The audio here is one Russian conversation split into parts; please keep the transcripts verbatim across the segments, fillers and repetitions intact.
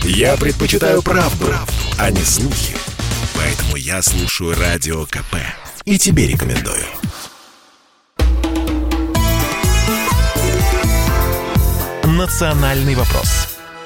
Я предпочитаю правду, правду, а не слухи. Поэтому я слушаю Радио КП. И тебе рекомендую. «Национальный вопрос».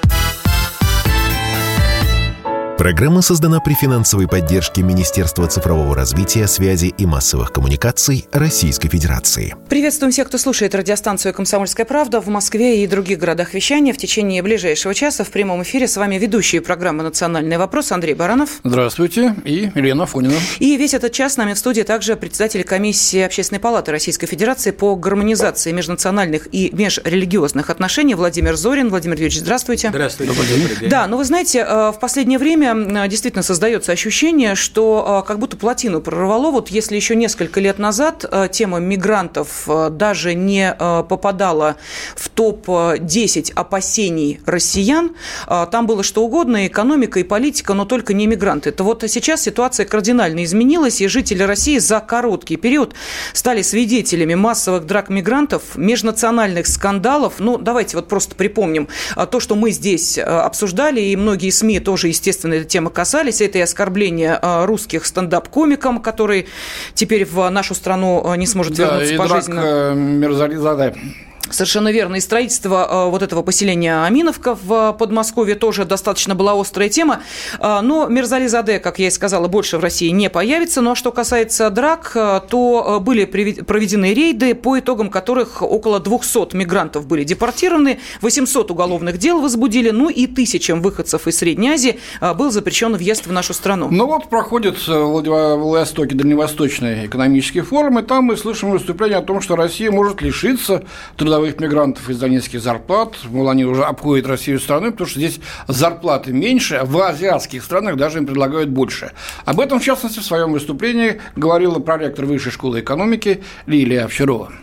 Программа создана при финансовой поддержке Министерства цифрового развития, связи и массовых коммуникаций Российской Федерации. Приветствуем всех, кто слушает радиостанцию «Комсомольская правда» в Москве и других городах вещания. В течение ближайшего часа в прямом эфире с вами ведущие программы «Национальный вопрос» Андрей Баранов. Здравствуйте. И Елена Афонина. И весь этот час с нами в студии также председатель комиссии Общественной палаты Российской Федерации по гармонизации межнациональных и межрелигиозных отношений Владимир Зорин. Владимир Юрьевич, здравствуйте. Здравствуйте. Добрый день. Да, ну вы знаете, в последнее время действительно создается ощущение, что как будто плотину прорвало. Вот если еще несколько лет назад тема мигрантов даже не попадала в топ десять опасений россиян, там было что угодно, и экономика, и политика, но только не мигранты. То вот сейчас ситуация кардинально изменилась, и жители России за короткий период стали свидетелями массовых драк мигрантов, межнациональных скандалов. Ну, давайте вот просто припомним то, что мы здесь обсуждали, и многие СМИ тоже, естественно, эта тема касались. Это и оскорбление русских стендап-комикам, который теперь в нашу страну не сможет да, вернуться и пожизненно. Драк Мирзализаде. Совершенно верно. И строительство вот этого поселения Аминовка в Подмосковье тоже достаточно была острая тема. Но Мирзализаде, как я и сказала, больше в России не появится. Ну а что касается драк, то были проведены рейды, по итогам которых около двухсот мигрантов были депортированы, восемьсот уголовных дел возбудили, ну и тысячам выходцев из Средней Азии был запрещен въезд в нашу страну. Ну вот проходит в Владивостоке Дальневосточный экономический форум, и там мы слышим выступление о том, что Россия может лишиться трудовых мигрантов из-за низких зарплат, мол, они уже обходят Россию страной, потому что здесь зарплаты меньше, а в азиатских странах даже им предлагают больше. Об этом, в частности, в своем выступлении говорила проректор Высшей школы экономики Лилия Овчарова.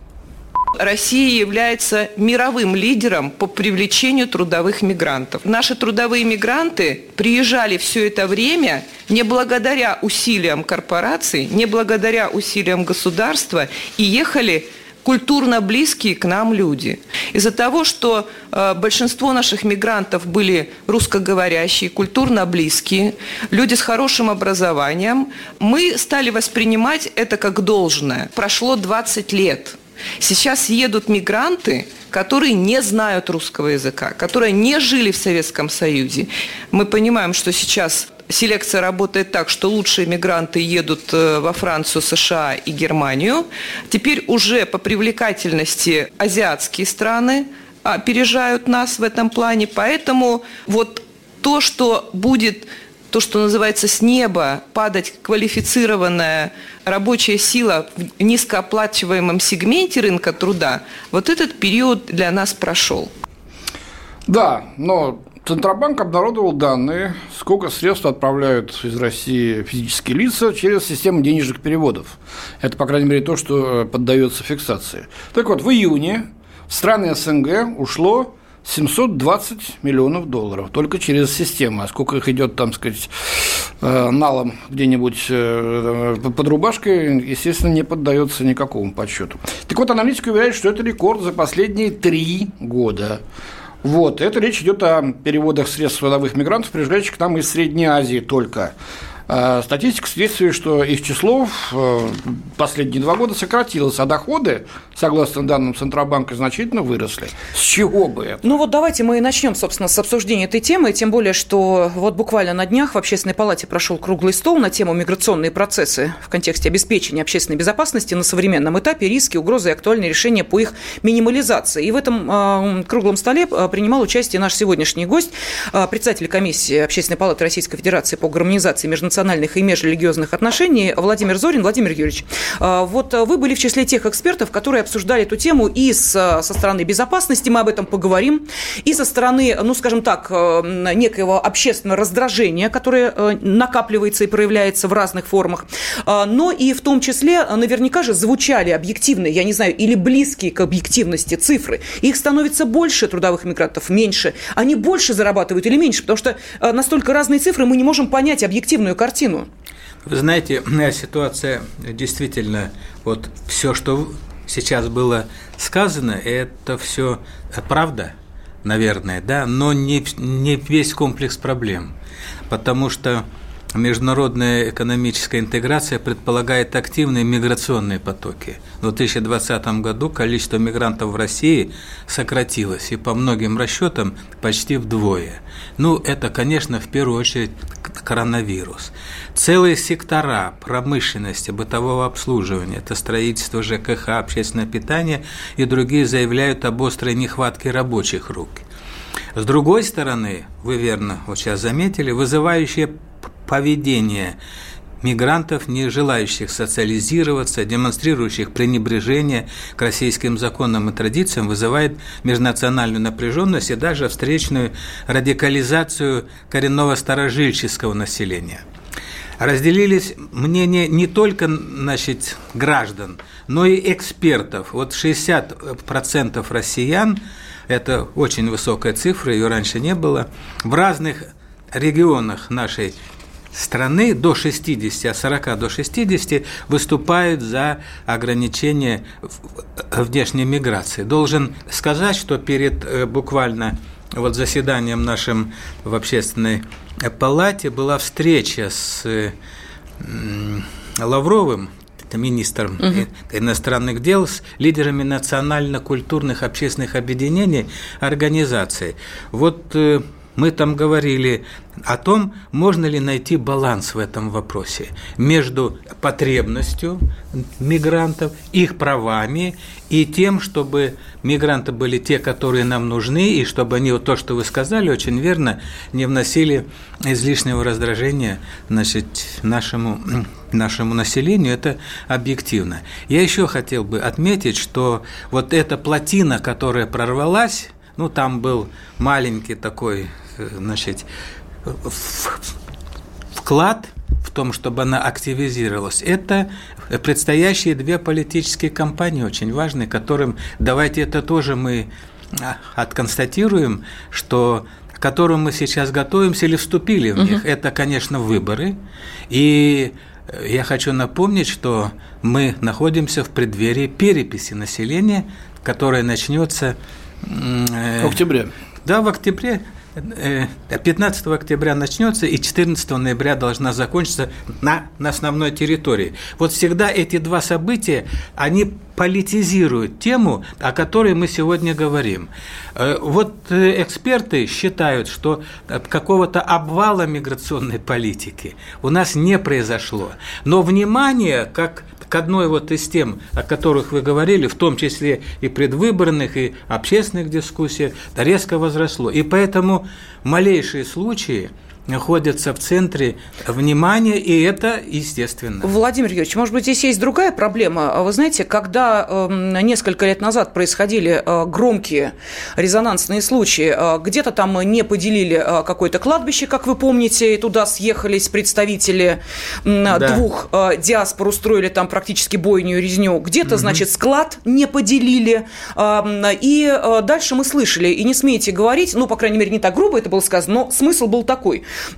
Россия является мировым лидером по привлечению трудовых мигрантов. Наши трудовые мигранты приезжали все это время не благодаря усилиям корпораций, не благодаря усилиям государства и ехали культурно близкие к нам люди. Из-за того, что э, большинство наших мигрантов были русскоговорящие, культурно близкие, люди с хорошим образованием, мы стали воспринимать это как должное. Прошло двадцать лет. Сейчас едут мигранты, которые не знают русского языка, которые не жили в Советском Союзе. Мы понимаем, что сейчас селекция работает так, что лучшие мигранты едут во Францию, США и Германию. Теперь уже по привлекательности азиатские страны опережают нас в этом плане. Поэтому вот то, что будет, то, что называется с неба, падать квалифицированная рабочая сила в низкооплачиваемом сегменте рынка труда, вот этот период для нас прошел. Да, но Центробанк обнародовал данные, сколько средств отправляют из России физические лица через систему денежных переводов. Это, по крайней мере, то, что поддается фиксации. Так вот, в июне в страны СНГ ушло семьсот двадцать миллионов долларов только через систему. А сколько их идет, там, сказать, налом где-нибудь под рубашкой, естественно, не поддается никакому подсчету. Так вот, аналитики уверяют, что это рекорд за последние три года. Вот, это речь идет о переводах средств трудовых мигрантов, приезжающих к нам из Средней Азии только. Статистика свидетельствует, что их число в последние два года сократилось, а доходы, согласно данным Центробанка, значительно выросли. С чего бы это? Ну вот давайте мы и начнем, собственно, с обсуждения этой темы, тем более, что вот буквально на днях в Общественной палате прошел круглый стол на тему миграционные процессы в контексте обеспечения общественной безопасности на современном этапе, риски, угрозы и актуальные решения по их минимализации. И в этом э, круглом столе принимал участие наш сегодняшний гость, э, председатель комиссии Общественной палаты Российской Федерации по гармонизации межнациональных национальных и межрелигиозных отношений Владимир Зорин. Владимир Юрьевич, вот вы были в числе тех экспертов, которые обсуждали эту тему и с, со стороны безопасности, мы об этом поговорим, и со стороны, ну, скажем так, некоего общественного раздражения, которое накапливается и проявляется в разных формах, но и в том числе наверняка же звучали объективные, я не знаю, или близкие к объективности цифры. Их становится больше, трудовых мигрантов меньше. Они больше зарабатывают или меньше? Потому что настолько разные цифры, мы не можем понять объективную картину. Вы знаете, ситуация действительно, вот все, что сейчас было сказано, это все правда, наверное, да, но не, не весь комплекс проблем, потому что международная экономическая интеграция предполагает активные миграционные потоки. В две тысячи двадцатом году количество мигрантов в России сократилось, и по многим расчетам почти вдвое. Ну, это, конечно, в первую очередь коронавирус. Целые сектора промышленности, бытового обслуживания, это строительство ЖКХ, общественное питание и другие заявляют об острой нехватке рабочих рук. С другой стороны, вы верно вот сейчас заметили, вызывающее поведение мигрантов, не желающих социализироваться, демонстрирующих пренебрежение к российским законам и традициям, вызывает межнациональную напряженность и даже встречную радикализацию коренного старожильческого населения. Разделились мнения не только, значит, граждан, но и экспертов. Вот шестьдесят процентов россиян, это очень высокая цифра, ее раньше не было, в разных регионах нашей страны до шестидесяти, от сорока до шестидесяти выступают за ограничение внешней миграции. Должен сказать, что перед буквально вот заседанием нашим в общественной палате была встреча с Лавровым, министром угу. иностранных дел, с лидерами национально-культурных общественных объединений, организаций. Вот мы там говорили о том, можно ли найти баланс в этом вопросе между потребностью мигрантов, их правами и тем, чтобы мигранты были те, которые нам нужны, и чтобы они, вот то, что вы сказали, очень верно, не вносили излишнего раздражения, значит, нашему, нашему населению. Это объективно. Я еще хотел бы отметить, что вот эта плотина, которая прорвалась, ну, там был маленький такой, значит, вклад в том, чтобы она активизировалась. Это предстоящие две политические кампании очень важные, которым, давайте это тоже мы отконстатируем, что к которым мы сейчас готовимся или вступили в них. Угу. Это, конечно, выборы. И я хочу напомнить, что мы находимся в преддверии переписи населения, которая начнется в октябре. Да, в октябре. пятнадцатого октября начнется и четырнадцатого ноября должна закончиться на, на основной территории. Вот всегда эти два события, они политизируют тему, о которой мы сегодня говорим. Вот эксперты считают, что какого-то обвала миграционной политики у нас не произошло. Но внимание, как к одной вот из тем, о которых вы говорили, в том числе и предвыборных, и общественных дискуссиях, резко возросло. И поэтому малейшие случаи находятся в центре внимания, и это естественно. Владимир Юрьевич, может быть, здесь есть другая проблема. Вы знаете, когда э, несколько лет назад происходили э, громкие резонансные случаи, э, где-то там не поделили э, какое-то кладбище, как вы помните, и туда съехались представители э, да. двух э, диаспор, устроили там практически бойню и резню, где-то, угу. значит, склад не поделили, э, и э, дальше мы слышали, и не смейте говорить, ну, по крайней мере, не так грубо это было сказано, но смысл был такой.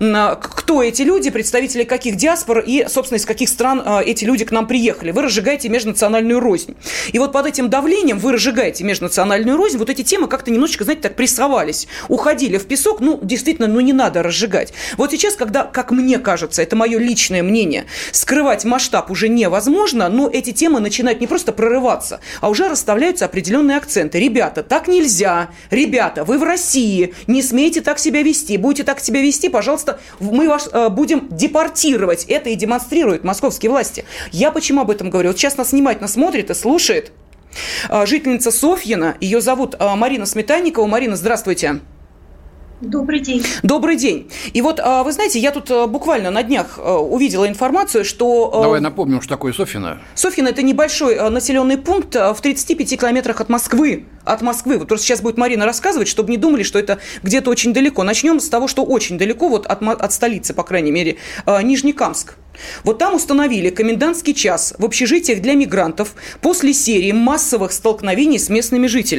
Кто эти люди, представители каких диаспор и, собственно, из каких стран эти люди к нам приехали. Вы разжигаете межнациональную рознь. И вот под этим давлением вы разжигаете межнациональную рознь, вот эти темы как-то немножечко, знаете, так прессовались, уходили в песок, ну, действительно, ну, не надо разжигать. Вот сейчас, когда, как мне кажется, это мое личное мнение, скрывать масштаб уже невозможно, но эти темы начинают не просто прорываться, а уже расставляются определенные акценты. Ребята, так нельзя. Ребята, вы в России, не смейте так себя вести. Будете так себя вести, пожалуйста, Пожалуйста, мы вас э, будем депортировать. Это и демонстрируют московские власти. Я почему об этом говорю? Вот сейчас нас внимательно смотрит и слушает э, жительница Софьина. Ее зовут э, Марина Сметанникова. Марина, здравствуйте. Добрый день. Добрый день. И вот, вы знаете, я тут буквально на днях увидела информацию, что... Давай напомним, что такое Софьино. Софьино – это небольшой населенный пункт в тридцати пяти километрах от Москвы. От Москвы. Вот просто сейчас будет Марина рассказывать, чтобы не думали, что это где-то очень далеко. Начнем с того, что очень далеко, вот от, от столицы, по крайней мере, Нижнекамск. Вот там установили комендантский час в общежитиях для мигрантов после серии массовых столкновений с местными жителями.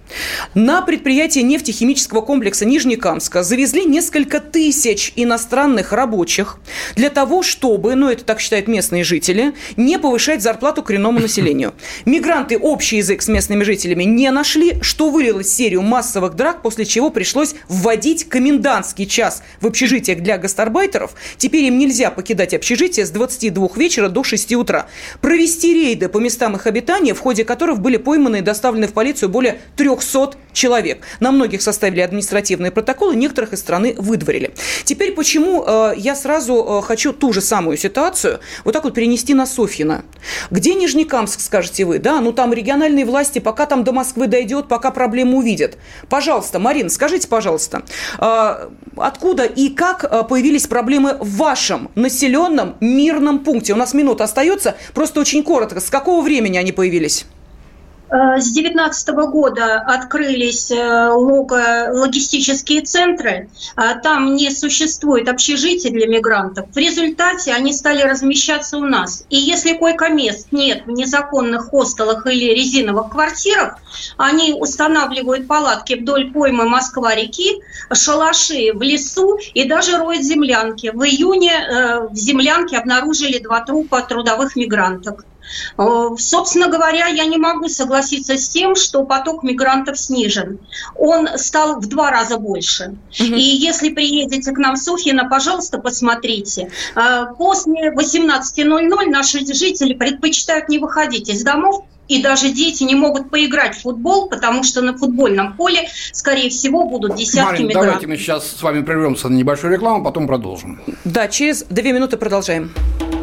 На предприятие нефтехимического комплекса Нижнекамска завезли несколько тысяч иностранных рабочих для того, чтобы, ну это так считают местные жители, не повышать зарплату коренному населению. Мигранты общий язык с местными жителями не нашли, что вылилось в серию массовых драк, после чего пришлось вводить комендантский час в общежитиях для гастарбайтеров. Теперь им нельзя покидать общежитие с двадцати двух вечера до шести утра. Провести рейды по местам их обитания, в ходе которых были пойманы и доставлены в полицию более трехсот человек. На многих составили административные протоколы, некоторых из страны выдворили. Теперь почему э, я сразу э, хочу ту же самую ситуацию вот так вот перенести на Софьино. Где Нижнекамск, скажете вы? Да, ну там региональные власти, пока там до Москвы дойдет, пока проблему увидят. Пожалуйста, Марина, скажите, пожалуйста, э, откуда и как э, появились проблемы в вашем населенном мирном пункте? У нас минута остается, просто очень коротко. С какого времени они появились? С две тысячи девятнадцатого года открылись логистические центры. Там не существует общежитий для мигрантов. В результате они стали размещаться у нас. И если койко-мест нет в незаконных хостелах или резиновых квартирах, они устанавливают палатки вдоль поймы Москва-реки, шалаши в лесу и даже роют землянки. В июне в землянке обнаружили два трупа трудовых мигрантов. Собственно говоря, я не могу согласиться с тем, что поток мигрантов снижен. Он стал в два раза больше. Угу. И если приедете к нам в Софьино, пожалуйста, посмотрите. После восемнадцати ноль-ноль наши жители предпочитают не выходить из домов, и даже дети не могут поиграть в футбол, потому что на футбольном поле, скорее всего, будут десятки Марин, мигрантов. Давайте мы сейчас с вами прервемся на небольшую рекламу, потом продолжим. Да, через две минуты продолжаем.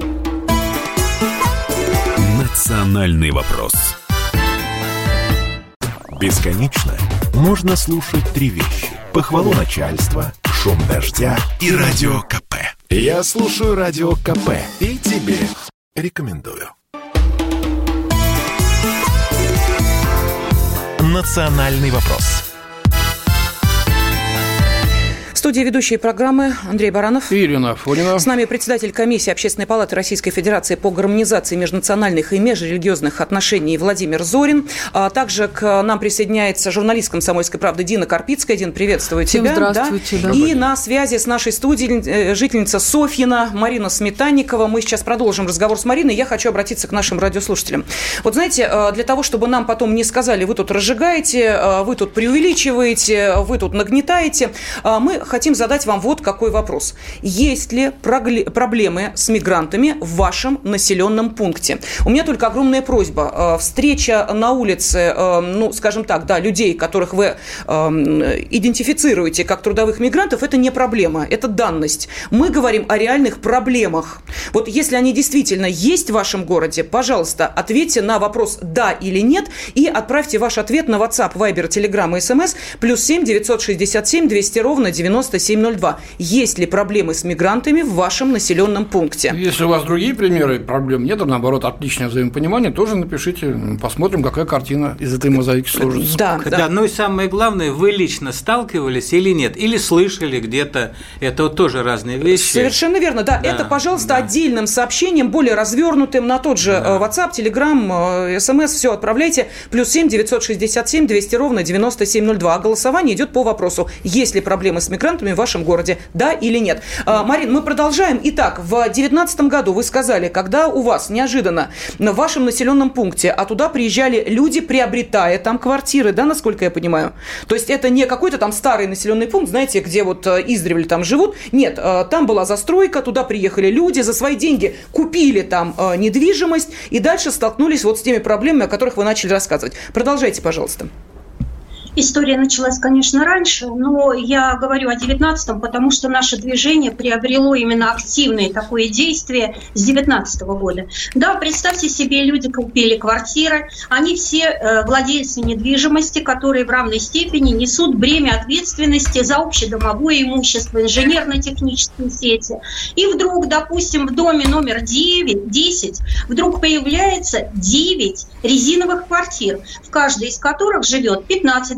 Национальный вопрос. Бесконечно можно слушать три вещи: похвалу начальства, шум дождя и радио КП. Я слушаю радио КП и тебе рекомендую. Национальный вопрос. В студии ведущие программы Андрей Баранов и Ирина Афонина. С нами председатель комиссии Общественной палаты Российской Федерации по гармонизации межнациональных и межрелигиозных отношений Владимир Зорин. А также к нам присоединяется журналист «Комсомольской правды» Дина Карпицкая. Дин, приветствую Всем тебя. Здравствуйте. Да. И на связи с нашей студией жительница Софьино Марина Сметанникова. Мы сейчас продолжим разговор с Мариной. Я хочу обратиться к нашим радиослушателям. Вот знаете, для того, чтобы нам потом не сказали: вы тут разжигаете, вы тут преувеличиваете, вы тут нагнетаете, мы хотим задать вам вот какой вопрос. Есть ли проблемы с мигрантами в вашем населенном пункте? У меня только огромная просьба. Встреча на улице, ну, скажем так, да, людей, которых вы идентифицируете как трудовых мигрантов, это не проблема, это данность. Мы говорим о реальных проблемах. Вот если они действительно есть в вашем городе, пожалуйста, ответьте на вопрос «да» или «нет» и отправьте ваш ответ на WhatsApp, Viber, Telegram и СМС плюс семь девятьсот шестьдесят семь двести ровно девяносто семь ноль два. Есть ли проблемы с мигрантами в вашем населенном пункте? Если у вас другие примеры проблем нет, а наоборот отличное взаимопонимание, тоже напишите, посмотрим, какая картина из этой мозаики сложится. Да, да. да, ну и самое главное, вы лично сталкивались или нет, или слышали где-то, это вот тоже разные вещи. Совершенно верно, да, да это, пожалуйста, да. отдельным сообщением, более развернутым на тот же да. WhatsApp, Telegram, СМС, все отправляйте, плюс семь девятьсот шестьдесят семь двести ровно девяносто семь ноль два, а голосование идет по вопросу, есть ли проблемы с мигрантами в вашем городе, да или нет. Марин, мы продолжаем. Итак, в две тысячи девятнадцатом году вы сказали, когда у вас неожиданно в вашем населенном пункте, а туда приезжали люди, приобретая там квартиры, да, насколько я понимаю? То есть это не какой-то там старый населенный пункт, знаете, где вот издревле там живут. Нет, там была застройка, туда приехали люди, за свои деньги купили там недвижимость и дальше столкнулись вот с теми проблемами, о которых вы начали рассказывать. Продолжайте, пожалуйста. История началась, конечно, раньше, но я говорю о девятнадцатом, потому что наше движение приобрело именно активное такое действие с девятнадцатого года. Да, представьте себе, люди купили квартиры, они все э, владельцы недвижимости, которые в равной степени несут бремя ответственности за общедомовое имущество, инженерно-технические сети. И вдруг, допустим, в доме номер девять, десять вдруг появляется девять резиновых квартир, в каждой из которых живет пятнадцать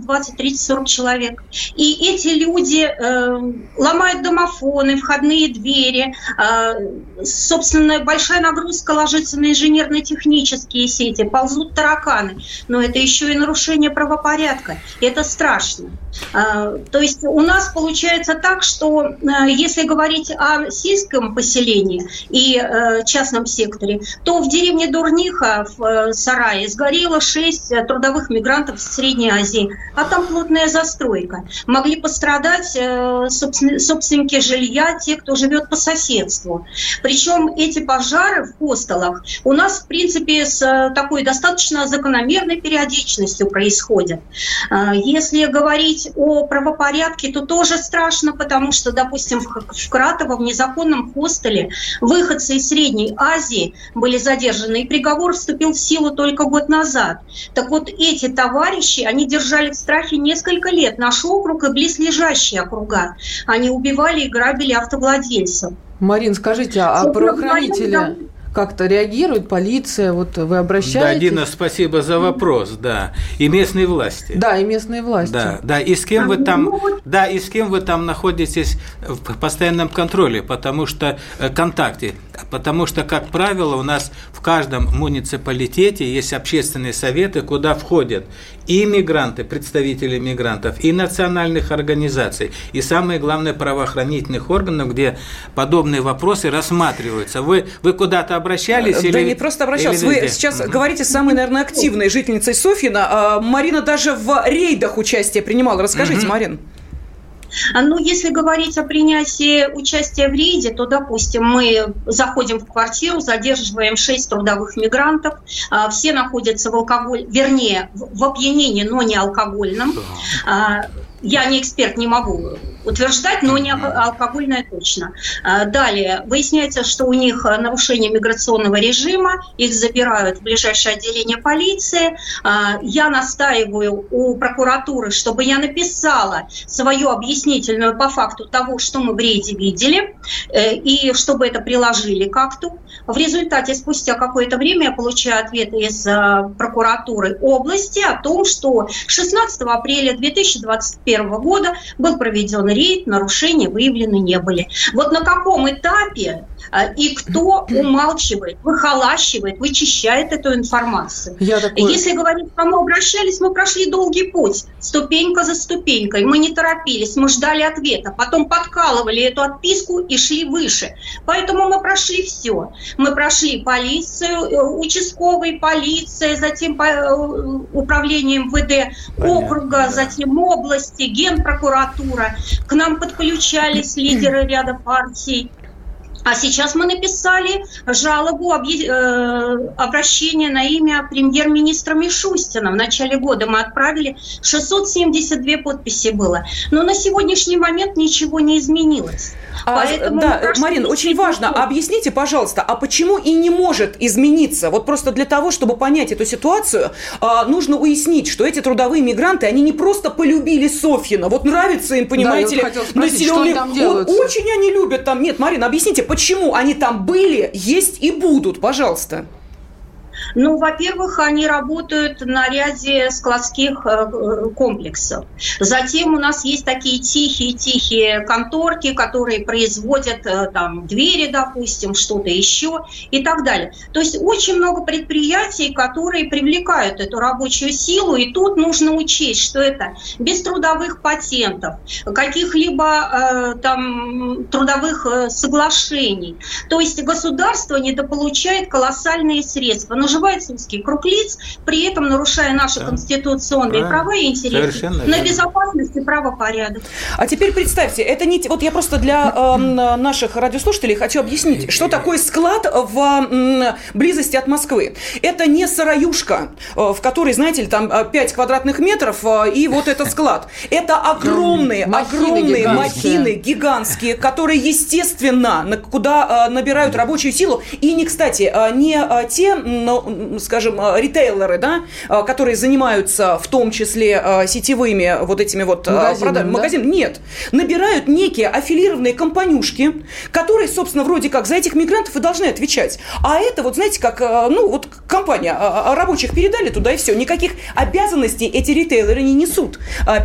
двадцать, тридцать, сорок человек. И эти люди э, ломают домофоны, входные двери. Э, собственно, большая нагрузка ложится на инженерно-технические сети, ползут тараканы. Но это еще и нарушение правопорядка. Это страшно. Э, то есть у нас получается так, что э, если говорить о сельском поселении и э, частном секторе, то в деревне Дурниха в э, Сарае сгорело шесть трудовых мигрантов из Средней Азии, а там плотная застройка. Могли пострадать э, собствен, собственники жилья, те, кто живет по соседству. Причем эти пожары в хостелах у нас, в принципе, с э, такой достаточно закономерной периодичностью происходят. Э, если говорить о правопорядке, то тоже страшно, потому что, допустим, в, в Кратово, в незаконном хостеле, выходцы из Средней Азии были задержаны, и приговор вступил в силу только год назад. Так вот, эти товарищи, они держали в страхе несколько лет наш округ и близлежащие округа. Они убивали и грабили автовладельцев. Марин, скажите, а правоохранители как-то реагируют, полиция, вот вы обращаетесь? Да, Дина, спасибо за вопрос, да. И местные власти. Да, и местные власти. Да, да, и с кем вы там, да, и с кем вы там находитесь в постоянном контроле, потому что э, контакте, потому что, как правило, у нас в каждом муниципалитете есть общественные советы, куда входят и мигранты, представители мигрантов, и национальных организаций, и самое главное правоохранительных органов, где подобные вопросы рассматриваются. Вы, вы куда-то обращались? Да или, не просто обращалась. Вы сейчас mm-hmm. говорите с самой, наверное, активной жительницей Софьино. Марина даже в рейдах участие принимала. Расскажите, mm-hmm. Марин. Ну, если говорить о принятии участия в рейде, то, допустим, мы заходим в квартиру, задерживаем шесть трудовых мигрантов, все находятся в алкоголь, вернее, в опьянении, но не алкогольном. Я не эксперт, не могу утверждать, но не алкогольное точно. Далее, выясняется, что у них нарушение миграционного режима, их забирают в ближайшее отделение полиции. Я настаиваю у прокуратуры, чтобы я написала свою объяснительную по факту того, что мы в рейде видели, и чтобы это приложили к акту. В результате, спустя какое-то время, я получаю ответ из прокуратуры области о том, что шестнадцатого апреля две тысячи двадцать первого года был проведен рейд, нарушения выявлены не были. Вот на каком этапе и кто умалчивает, выхолащивает, вычищает эту информацию. Такой... Если говорить, к кому обращались, мы прошли долгий путь, ступенька за ступенькой. Мы не торопились, мы ждали ответа, потом подкалывали эту отписку и шли выше. Поэтому мы прошли все. Мы прошли полицию, участковый, полиция, затем управление эм вэ дэ округа, Понятно, затем области, генпрокуратура. К нам подключались лидеры ряда партий. А сейчас мы написали жалобу, обращение на имя премьер-министра Мишустина. В начале года мы отправили, шестьсот семьдесят две подписи было. Но на сегодняшний момент ничего не изменилось. А, да, Марин, очень важно, объясните, пожалуйста, а почему и не может измениться? Вот просто для того, чтобы понять эту ситуацию, нужно уяснить, что эти трудовые мигранты, они не просто полюбили Софьино, вот нравится им, понимаете ли, населенный... Очень они любят там. Нет, Марин, объясните, почему они там были, есть и будут, пожалуйста. Ну, во-первых, они работают на ряде складских комплексов. Затем у нас есть такие тихие-тихие конторки, которые производят там двери, допустим, что-то еще и так далее. То есть очень много предприятий, которые привлекают эту рабочую силу, и тут нужно учесть, что это без трудовых патентов, каких-либо э, там трудовых соглашений. То есть государство недополучает колоссальные средства. Наживается узкий круг лиц, при этом нарушая наши да. конституционные Правильно. права и интересы на безопасность и правопорядок. А теперь представьте, это не... Вот я просто для э, наших радиослушателей хочу объяснить, что такое склад в э, близости от Москвы. Это не сыроюшка, э, в которой, знаете ли, там пять квадратных метров э, и вот этот склад. Это огромные, махины огромные гигантские. махины гигантские, которые, естественно, куда э, набирают рабочую силу. И не, кстати, э, не э, те... Но, скажем, ритейлеры, да, которые занимаются в том числе сетевыми вот этими вот продажами, магазинами, да? Нет, набирают некие аффилированные компанюшки, которые, собственно, вроде как за этих мигрантов и должны отвечать. А это вот, знаете, как, ну, вот компания, рабочих передали туда и все. Никаких обязанностей эти ритейлеры не несут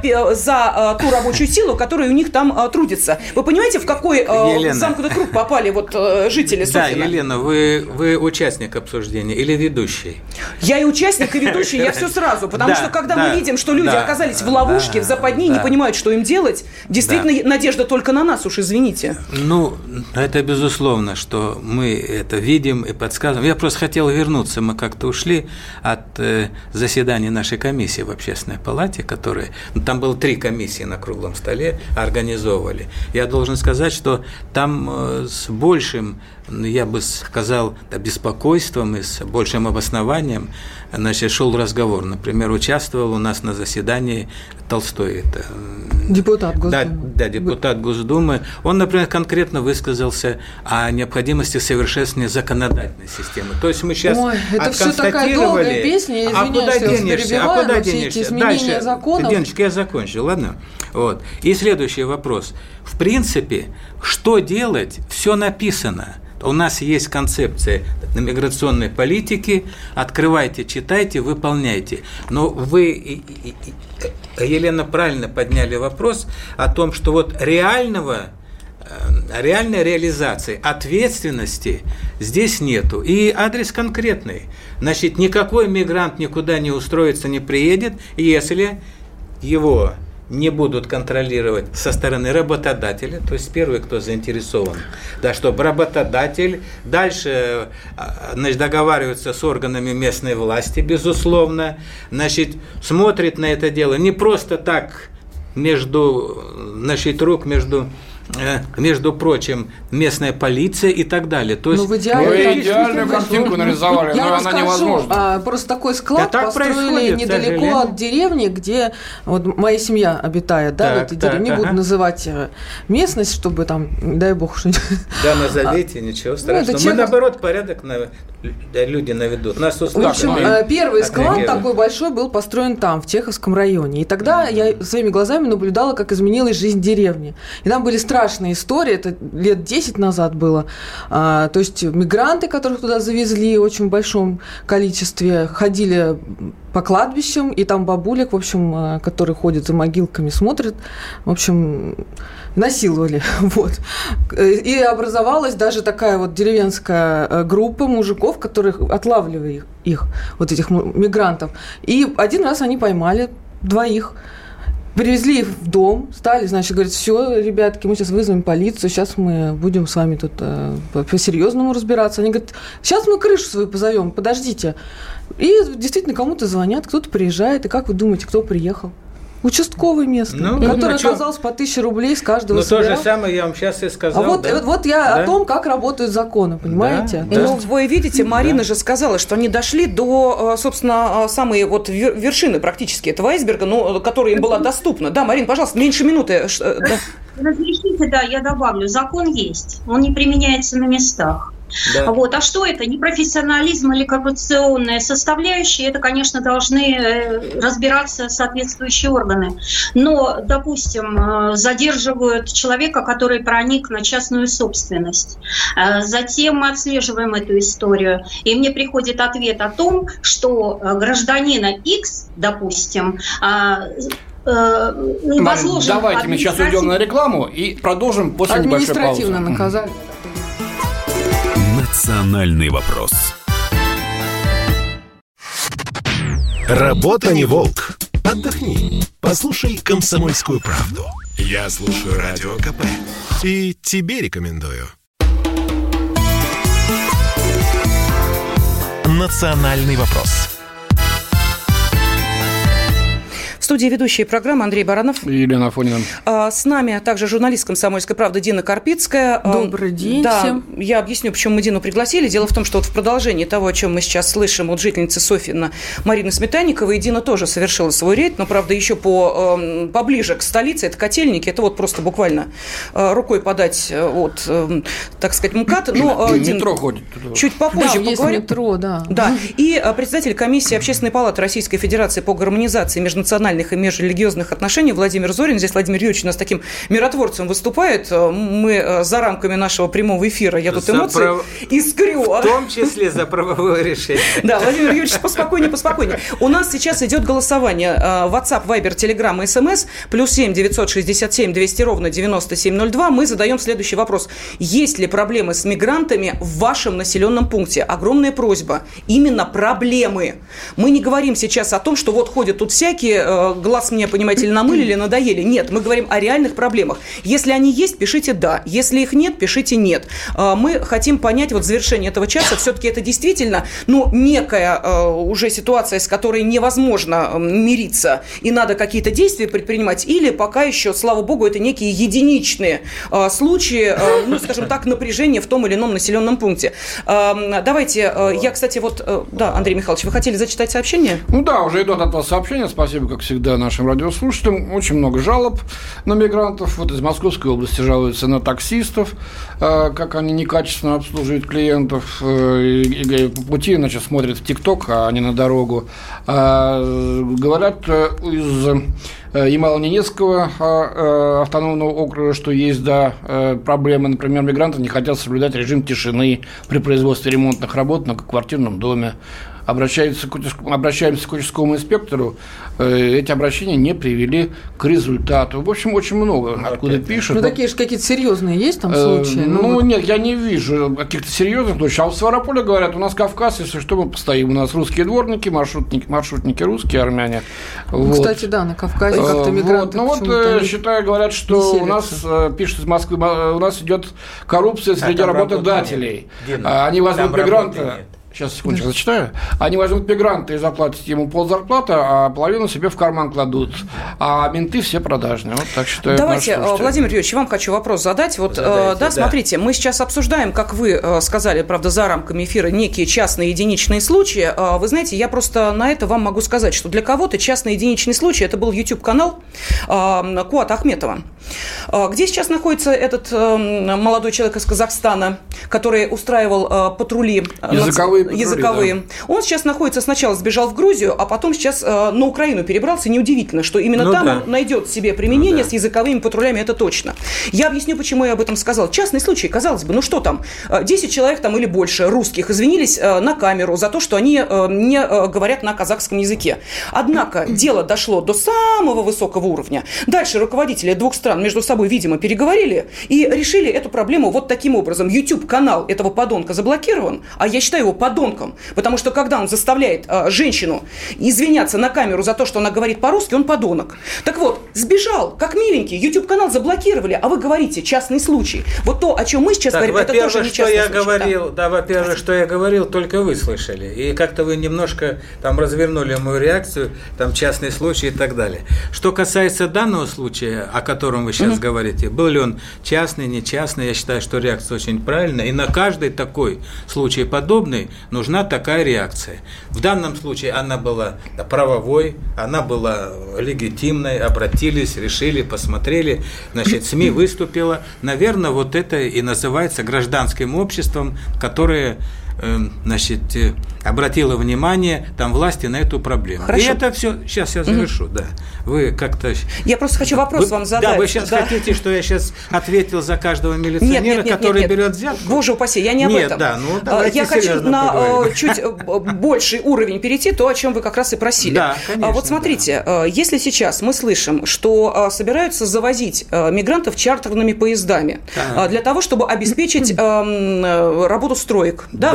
за ту рабочую силу, которая у них там трудится. Вы понимаете, в какой Елена. замкнутый круг попали вот жители Софьина? Да, Елена, вы, вы участник обсуждения или ведущий? Я и участник, и ведущий, я все сразу. Потому да, что, когда да, мы видим, что люди да, оказались в ловушке, да, в западне, да. не понимают, что им делать, действительно, да. надежда только на нас, уж извините. Ну, это безусловно, что мы это видим и подсказываем. Я просто хотел вернуться, мы как-то ушли от э, заседания нашей комиссии в Общественной палате, которые, ну, там было три комиссии на круглом столе, организовывали. Я должен сказать, что там э, с большим, я бы сказал, беспокойством и с большим обоснованием, значит, шел разговор. Например, участвовал у нас на заседании Толстой. Это, депутат Госдумы. Да, да, депутат Госдумы. Он, например, конкретно высказался о необходимости совершенствования законодательной системы. То есть мы сейчас Ой, это все такая долгая песня, я извиняюсь, а куда что я вас денешься? перебиваю, А куда но все денешься? эти изменения Дальше, законов... Денечка, я закончу, ладно? Вот. И следующий вопрос. В принципе, что делать? Все написано. У нас есть концепция миграционной политики. Открывайте, читайте, выполняйте. Но вы, Елена, правильно подняли вопрос о том, что вот реального, реальной реализации, ответственности здесь нету. И адрес конкретный. Значит, никакой мигрант никуда не устроится, не приедет, если его не будут контролировать со стороны работодателя, то есть первый, кто заинтересован, да, чтобы работодатель дальше, значит, договаривается с органами местной власти, безусловно, значит, смотрит на это дело не просто так между, значит, рук, между между прочим, местная полиция и так далее. То есть, ну, вы идеальную картинку нарисовали, я но она невозможна. А, просто такой склад да построили недалеко от деревни, где вот моя семья обитает, да, так, в этой так, деревне. Не ага. буду называть местность, чтобы там, дай бог, что-нибудь. Да, назовите, ничего страшного. Ну, Мы, чех... наоборот, порядок на... люди наведут. Нас в общем, мы... первый склад такой большой был построен там, в Чеховском районе. И тогда mm-hmm. я своими глазами наблюдала, как изменилась жизнь деревни. И там были страшные истории, это лет десять назад было. А, то есть мигранты, которых туда завезли в очень большом количестве, ходили по кладбищам, и там бабулек, в общем, которые ходят за могилками, смотрят, в общем, насиловали. Вот. И образовалась даже такая вот деревенская группа мужиков, которые отлавливали их, их вот этих мигрантов. И один раз они поймали двоих, привезли их в дом, стали, значит, говорят, все, ребятки, мы сейчас вызовем полицию, сейчас мы будем с вами тут э, по-серьезному разбираться. Они говорят, сейчас мы крышу свою позовем, подождите. И действительно кому-то звонят, кто-то приезжает, и как вы думаете, кто приехал? Участковый местный, ну, который ну, оказался по тысяче рублей с каждого. Ну, собирал. То же самое я вам сейчас и сказал. А вот, да? вот, вот я да? о том, как работают законы, понимаете? Да, ну, да. Вы видите, Марина да. же сказала, что они дошли до, собственно, самой вот вершины практически этого айсберга, ну, которая им была доступна. Да, Марина, пожалуйста, меньше минуты. Разрешите, да, я добавлю. Закон есть, он не применяется на местах. Да. Вот. А что это? Непрофессионализм или коррупционная составляющая? Это, конечно, должны разбираться соответствующие органы. Но, допустим, задерживают человека, который проник на частную собственность. Затем мы отслеживаем эту историю, и мне приходит ответ о том, что гражданина X, допустим, возложен... Давайте мы сейчас уйдем на рекламу и продолжим после небольшой паузы. Административно наказали. Национальный вопрос. Работа не волк. Отдохни. Послушай «Комсомольскую правду». Я слушаю Радио КП. И тебе рекомендую. Национальный вопрос. В В студии ведущие программы Андрей Баранов и Елена Афонина. С нами также журналист «Комсомольской правды» Дина Карпицкая. Добрый день да, всем. Я объясню, почему мы Дину пригласили. Дело в том, что вот в продолжении того, о чем мы сейчас слышим от жительницы Софьина Марины Сметанниковой, Дина тоже совершила свой рейд, но, правда, еще по, поближе к столице, это Котельники, это вот просто буквально рукой подать от, так сказать, МКАД. Но, Дин, метро ходит. Чуть попозже да, поговорим. Есть метро, да. Да. И председатель комиссии Общественной палаты Российской Федерации по гармонизации межнациональных и межрелигиозных отношений Владимир Зорин. Здесь Владимир Юрьевич у нас таким миротворцем выступает. Мы за рамками нашего прямого эфира, я тут эмоции прав... искрю. В том числе за правовое решение. Да, Владимир Юрьевич, поспокойнее, поспокойнее. У нас сейчас идет голосование. WhatsApp, Viber, Telegram и СМС. Плюс семь девятьсот шестьдесят семь двести ровно девяносто семь ноль два. Мы задаем следующий вопрос. Есть ли проблемы с мигрантами в вашем населенном пункте? Огромная просьба. Именно проблемы. Мы не говорим сейчас о том, что вот ходят тут всякие, глаз мне, понимаете, или намылили, надоели. Нет, мы говорим о реальных проблемах. Если они есть, пишите «да». Если их нет, пишите «нет». Мы хотим понять, вот в завершении этого часа, все-таки это действительно, ну, некая уже ситуация, с которой невозможно мириться, и надо какие-то действия предпринимать, или пока еще, слава богу, это некие единичные случаи, ну, скажем так, напряжения в том или ином населенном пункте. Давайте, я, кстати, вот, да, Андрей Михайлович, вы хотели зачитать сообщение? Ну да, уже идут от вас сообщения. Спасибо, как всегда, нашим радиослушателям. Очень много жалоб на мигрантов. Вот из Московской области жалуются на таксистов, как они некачественно обслуживают клиентов. И по пути, значит, смотрят в ТикТок, а не на дорогу. Говорят из Ямало-Ненецкого автономного округа, что есть, да, проблемы. Например, мигранты не хотят соблюдать режим тишины при производстве ремонтных работ на квартирном доме. Обращаемся к, обращаемся к участковому инспектору, эти обращения не привели к результату. В общем, очень много откуда пишут. Ну, такие же какие-то серьезные есть там случаи? Ну, ну, нет, я не вижу каких-то серьезных случаев. А в Ставрополе говорят, у нас Кавказ, если что, мы постоим. У нас русские дворники, маршрутники, маршрутники русские, армяне. Вот. Кстати, да, на Кавказе как-то мигранты. Вот. Ну вот, считаю, говорят, что у нас, пишут из Москвы, у нас идет коррупция среди а работодателей. Они возьмут мигранта. Сейчас, секундочку, зачитаю. Они возьмут мигранта и заплатят ему ползарплаты, а половину себе в карман кладут. А менты все продажные. Вот так считают. Давайте, Владимир Юрьевич, вам хочу вопрос задать. Вот, Задайте, да, да, смотрите, мы сейчас обсуждаем, как вы сказали, правда, за рамками эфира, некие частные единичные случаи. Вы знаете, я просто на это вам могу сказать, что для кого-то частный единичный случай – это был YouTube-канал Куата Ахметова, где сейчас находится этот молодой человек из Казахстана, который устраивал патрули. Языковые. языковые. Да. Он сейчас находится, сначала сбежал в Грузию, а потом сейчас э, на Украину перебрался. Неудивительно, что именно ну, там да. он найдет себе применение ну, да. с языковыми патрулями, это точно. Я объясню, почему я об этом сказал. Частный случай, казалось бы, ну что там, десять человек там или больше русских извинились э, на камеру за то, что они э, не э, говорят на казахском языке. Однако дело дошло до самого высокого уровня. Дальше руководители двух стран между собой, видимо, переговорили и решили эту проблему вот таким образом. YouTube-канал этого подонка заблокирован, а я считаю его подонком. Потому что, когда он заставляет э, женщину извиняться на камеру за то, что она говорит по-русски, он подонок. Так вот, сбежал, как миленький, YouTube-канал заблокировали, а вы говорите, частный случай. Вот то, о чем мы сейчас так, говорим, это тоже не частный я случай. Говорил, да, да, во-первых, что я говорил, только вы слышали. И как-то вы немножко там развернули мою реакцию, там частный случай и так далее. Что касается данного случая, о котором вы сейчас mm-hmm. говорите, был ли он частный, не частный, я считаю, что реакция очень правильная. И на каждый такой случай подобный нужна такая реакция. В данном случае она была правовой, она была легитимной, обратились, решили, посмотрели, значит, СМИ выступила. Наверное, вот это и называется гражданским обществом, которое значит, обратила внимание там власти на эту проблему. Хорошо. И это все, сейчас я завершу, угу. да. Вы как-то... Я просто хочу вопрос вы, вам задать. Да, вы сейчас да. хотите, что я сейчас ответил за каждого милиционера, нет, нет, нет, нет, который нет. берет взятку? Боже упаси, я не об нет, этом. Да, ну, давайте я хочу на поговорим. чуть больший уровень перейти, то, о чем вы как раз и просили. Да, конечно. Вот смотрите, да. если сейчас мы слышим, что собираются завозить мигрантов чартерными поездами да. для того, чтобы обеспечить работу строек, да,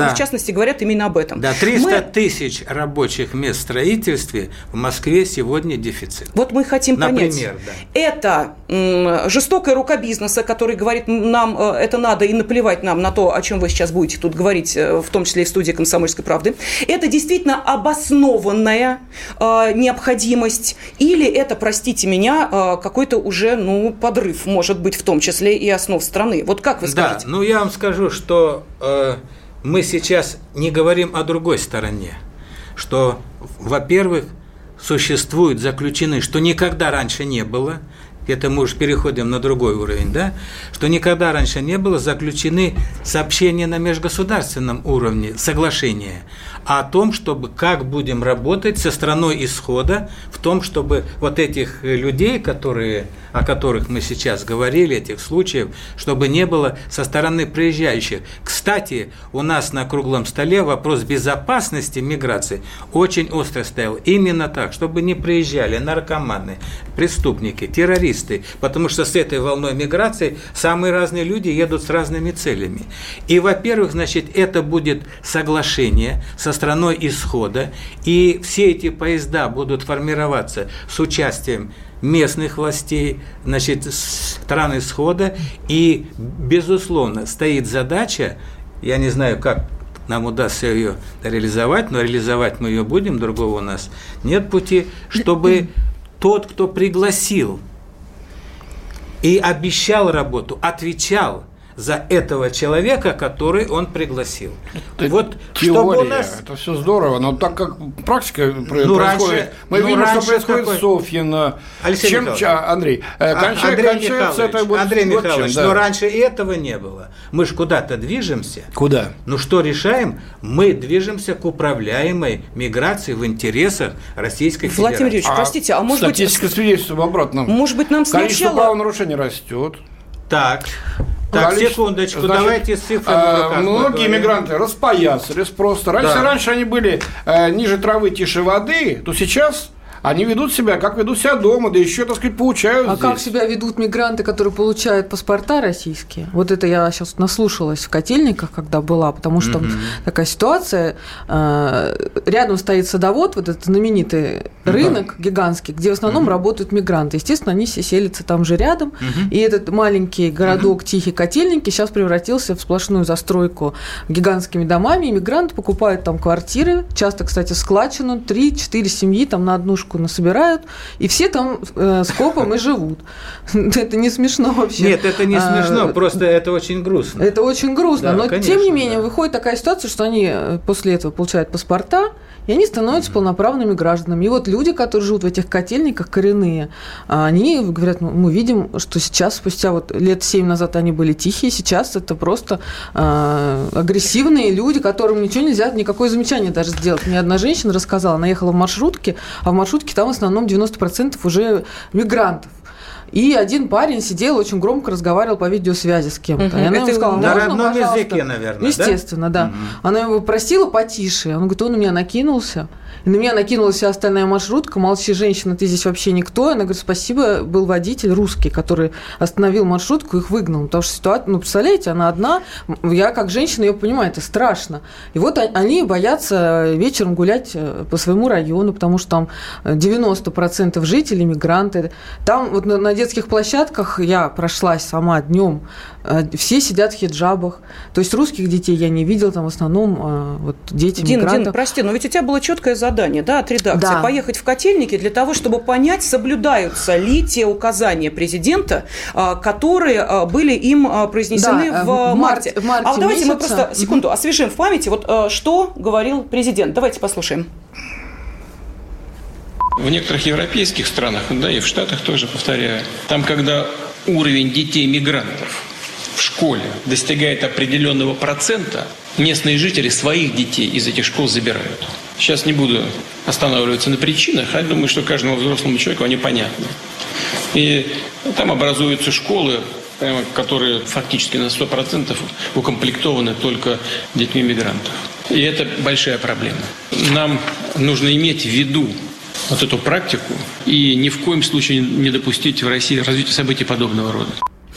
да. в частности, говорят именно об этом. Да, триста мы... тысяч рабочих мест в строительстве в Москве сегодня дефицит. Вот мы хотим Например, понять, да. это м, жестокая рука бизнеса, который говорит, нам э, это надо, и наплевать нам на то, о чем вы сейчас будете тут говорить, э, в том числе и в студии «Комсомольской правды». Это действительно обоснованная э, необходимость, или это, простите меня, э, какой-то уже, ну, подрыв, может быть, в том числе и основ страны. Вот как вы скажете? Да, ну я вам скажу, что э, мы сейчас не говорим о другой стороне, что, во-первых, существуют заключены, что никогда раньше не было, это мы уже переходим на другой уровень, да, что никогда раньше не было заключены сообщения на межгосударственном уровне, соглашения о том, чтобы как будем работать со страной исхода, в том, чтобы вот этих людей, которые, о которых мы сейчас говорили, этих случаев, чтобы не было со стороны приезжающих. Кстати, у нас на круглом столе вопрос безопасности миграции очень остро стоял. Именно так, чтобы не приезжали наркоманы, преступники, террористы, потому что с этой волной миграции самые разные люди едут с разными целями. И, во-первых, значит, это будет соглашение со страной исхода, и все эти поезда будут формироваться с участием местных властей, значит, стран исхода, и, безусловно, стоит задача, я не знаю, как нам удастся ее реализовать, но реализовать мы ее будем, другого у нас нет пути, чтобы тот, кто пригласил и обещал работу, отвечал за этого человека, который он пригласил. Это вот теория, чтобы у нас... это все здорово, но так как практика ну, происходит, раньше, мы ну, видим, что происходит такой... в Софьино. Алексей чем, Михайлович, ча, Андрей, кончай, Андрей кончается Михайлович, это будет Андрей вот Михайлович, чем, да. но раньше этого не было. Мы же куда-то движемся. Куда? Ну что решаем? Мы движемся к управляемой миграции в интересах Российской Федерации. Владимир Юрьевич, а простите, а может статистика быть... свидетельствует об обратном. Может быть, нам сначала... Количество правонарушений растет. Так, так, Количество, секундочку, значит, давайте с цифрами. А, многие мигранты распоясались просто. Раньше, Да. раньше они были э, ниже травы, тише воды, то сейчас они ведут себя, как ведут себя дома, да еще, так сказать, получают А здесь. как себя ведут мигранты, которые получают паспорта российские? Вот это я сейчас наслушалась в Котельниках, когда была, потому что mm-hmm. такая ситуация. Рядом стоит садовод, вот этот знаменитый рынок mm-hmm. гигантский, где в основном mm-hmm. работают мигранты. Естественно, они все селятся там же рядом. Mm-hmm. И этот маленький городок mm-hmm. Тихий Котельники сейчас превратился в сплошную застройку гигантскими домами. И мигранты покупают там квартиры, часто, кстати, в складчину, три-четыре семьи там на одну насобирают, и все там э, скопом и живут. Это не смешно вообще. Нет, это не смешно, а, просто это очень грустно. Это очень грустно, да, но конечно, тем не менее да. выходит такая ситуация, что они после этого получают паспорта, и они становятся mm-hmm. полноправными гражданами. И вот люди, которые живут в этих котельниках, коренные, они говорят, ну, мы видим, что сейчас, спустя вот лет семь назад они были тихие, сейчас это просто э, агрессивные люди, которым ничего нельзя, никакое замечание даже сделать. Мне одна женщина рассказала, она ехала в маршрутке, а в маршрутке там в основном девяносто процентов уже мигрантов. И один парень сидел, очень громко разговаривал по видеосвязи с кем-то. Uh-huh. И она ему сказала, на можно, родном пожалуйста? Языке, наверное, естественно, да? да. Uh-huh. Она его просила потише. Он говорит, он на меня накинулся. И на меня накинулась вся остальная маршрутка. Молчи, женщина, ты здесь вообще никто. Она говорит, спасибо, был водитель русский, который остановил маршрутку, их выгнал. Потому что ситуация, ну, представляете, она одна. Я как женщина ее понимаю, это страшно. И вот они боятся вечером гулять по своему району, потому что там девяносто процентов жителей мигранты. Там вот на детских площадках я прошлась сама днем, все сидят в хиджабах. То есть русских детей я не видела, там в основном вот дети Дина, мигрантов. Дина, прости, но ведь у тебя было четкое задание, да, от редакции, да. поехать в Котельники для того, чтобы понять, соблюдаются ли те указания президента, которые были им произнесены да, в, в марте. В марте а вот давайте месяца. мы просто секунду освежим в памяти, вот что говорил президент. Давайте послушаем. В некоторых европейских странах, да и в Штатах тоже, повторяю, там, когда уровень детей-мигрантов в школе достигает определенного процента, местные жители своих детей из этих школ забирают. Сейчас не буду останавливаться на причинах, а думаю, что каждому взрослому человеку они понятны. И там образуются школы, которые фактически на сто процентов укомплектованы только детьми мигрантов. И это большая проблема. Нам нужно иметь в виду вот эту практику и ни в коем случае не допустить в России развития событий подобного рода.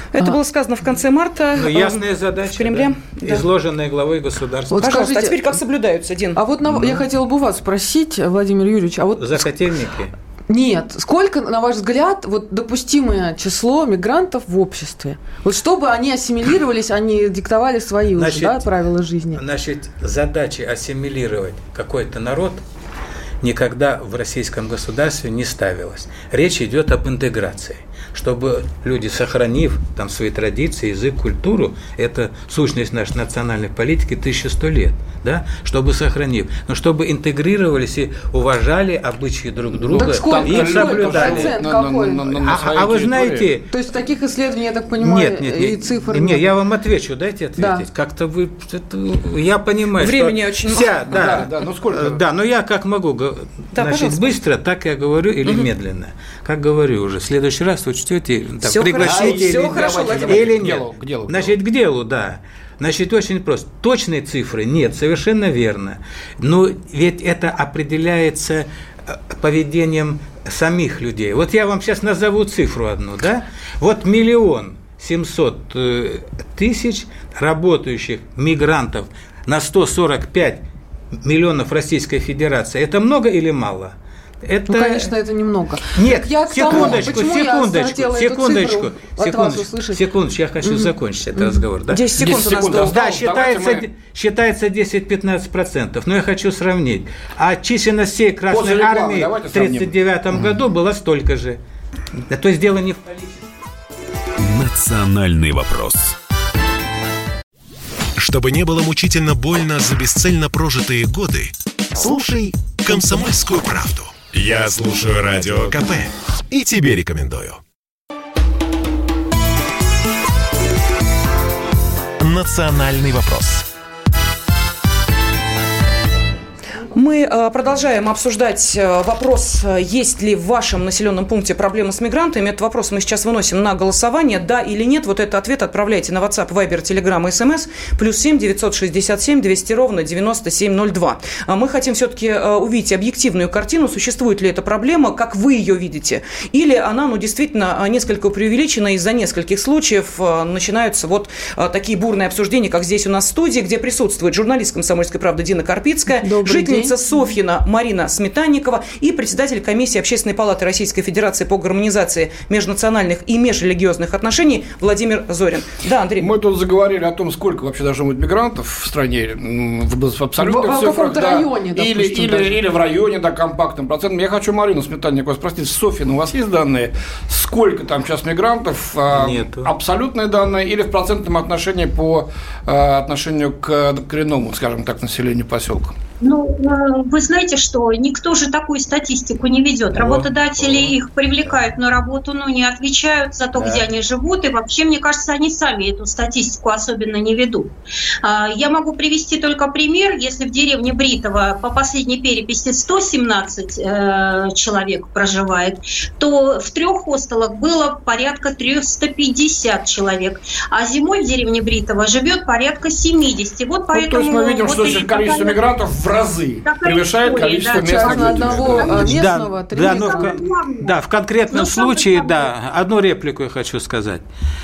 Это а. было сказано в конце марта. Ну, ясная задача, в Кремле. Да. Изложенная главой государства. Вот пожалуйста, скажите, а теперь как соблюдаются, Дин? А вот на, ну. я хотела бы вас спросить, Владимир Юрьевич, а вот... Закотельники? Нет. Сколько, на ваш взгляд, вот допустимое число мигрантов в обществе? Вот чтобы они ассимилировались, они диктовали свои значит, уже, да, правила жизни. Значит, задача ассимилировать какой-то народ никогда в российском государстве не ставилась. Речь идет об интеграции. Чтобы люди, сохранив там свои традиции, язык, культуру, это сущность нашей национальной политики тысяча сто лет, да, чтобы сохранив, но чтобы интегрировались и уважали обычаи друг друга, так сколько, и соблюдали. Процент какой? На, на, на, на а, а вы знаете... То есть таких исследований, я так понимаю, нет, нет, и нет, цифр нет. Нет, я вам отвечу, дайте ответить. Да. Как-то вы... Это, я понимаю, времени что очень вся, мало. Да, да, да, ну сколько? Да, но я как могу, да, значит, пожалуйста. Быстро, так я говорю, или угу. медленно. Как говорю уже. В следующий раз учтете... Все пригласите хорошо, или, хорошо, или нет. К делу, к делу, Значит, к делу, да. Значит, очень просто. Точные цифры нет, совершенно верно. Но ведь это определяется поведением самих людей. Вот я вам сейчас назову цифру одну, да? Вот миллион семьсот тысяч работающих мигрантов на сто сорок пять миллионов Российской Федерации. Это много или мало? Это... Ну, конечно, это немного. Нет, я секундочку, тому, секундочку, секундочку, секундочку, секундочку, я хочу mm-hmm. закончить этот mm-hmm. разговор. Да? десять секунд у нас да, да, считается, мы... считается десять-пятнадцать процентов, но я хочу сравнить. А численность всей Красной После Армии в тридцать девятом mm-hmm. году была столько же. Да, то есть дело не в количестве. Национальный вопрос. Чтобы не было мучительно больно за бесцельно прожитые годы, слушай «Комсомольскую правду». Я слушаю Радио КП и тебе рекомендую. Национальный вопрос. Мы продолжаем обсуждать вопрос, есть ли в вашем населенном пункте проблемы с мигрантами. Этот вопрос мы сейчас выносим на голосование. Да или нет, вот этот ответ отправляйте на WhatsApp, Viber, Telegram и СМС. Плюс семь девятьсот шестьдесят семь двести ровно девяносто семь ноль два. Мы хотим все-таки увидеть объективную картину, существует ли эта проблема, как вы ее видите. Или она, ну, действительно, несколько преувеличена, из-за нескольких случаев начинаются вот такие бурные обсуждения, как здесь у нас в студии, где присутствует журналист «Комсомольской правды» Дина Карпицкая, жительница Софьина Марина Сметанникова и председатель комиссии Общественной палаты Российской Федерации по гармонизации межнациональных и межрелигиозных отношений Владимир Зорин. Да, Андрей. Мы тут заговорили о том, сколько вообще должно быть мигрантов в стране, в абсолютных в, цифрах. В каком-то да. районе, или, допустим, или, или в районе, да, компактным процентом. Я хочу Марину Сметанникову спросить, Софьина, у вас есть данные, сколько там сейчас мигрантов? Нету. Абсолютные данные или в процентном отношении по отношению к коренному, скажем так, населению поселка? Ну, вы знаете, что никто же такую статистику не ведет. Работодатели о, о. их привлекают на работу, но не отвечают за то, да. где они живут. И вообще, мне кажется, они сами эту статистику особенно не ведут. Я могу привести только пример. Если в деревне Бритово по последней переписи сто семнадцать человек проживает, то в трех хостелах было порядка триста пятьдесят человек. А зимой в деревне Бритово живет порядка семьдесят. Вот поэтому... Ну, то есть мы видим, вот что количество мигрантов в разы такая превышает история, количество да, местных жителей. Одного местного, да, да, но в, да, в конкретном ну, случае, да, одну реплику я хочу сказать.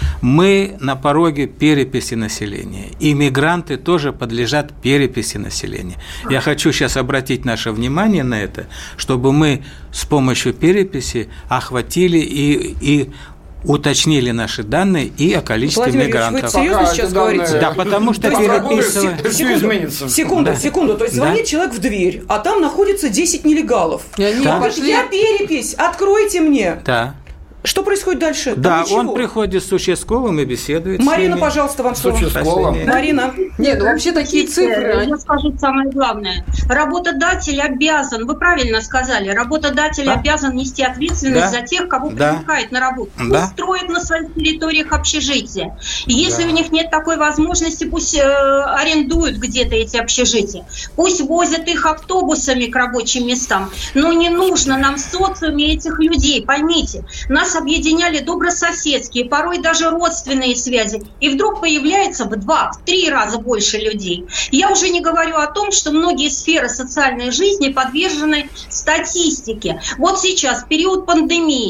Мы на пороге переписи населения, и мигранты тоже подлежат переписи населения. Я хочу сейчас обратить наше внимание на это, чтобы мы с помощью переписи охватили и, и уточнили наши данные и о количестве Владимир мигрантов. Вы серьезно Пока сейчас данные... говорите? Да, потому что переписывать... Все изменится. Секунду, да. секунду. То есть звонит да. человек в дверь, а там находится десять нелегалов. И они да. пошли... Я перепись, откройте мне. Да. Что происходит дальше? Да, он приходит с участковым и беседует Марина, с ними. пожалуйста, вам слово. С участковым. Марина. Нет, ну вообще такие цифры... Я скажу самое главное. Работодатель обязан, вы правильно сказали, работодатель да? обязан нести ответственность да? за тех, кого да? привлекает на работу. Пусть да? строят на своих территориях общежития. Если да. у них нет такой возможности, пусть э, арендуют где-то эти общежития. Пусть возят их автобусами к рабочим местам. Но не нужно нам в социуме этих людей, поймите. Нас объединяли добрососедские, порой даже родственные связи. И вдруг появляется в два, в три раза больше людей. Я уже не говорю о том, что многие сферы социальной жизни подвержены статистике. Вот сейчас, период пандемии.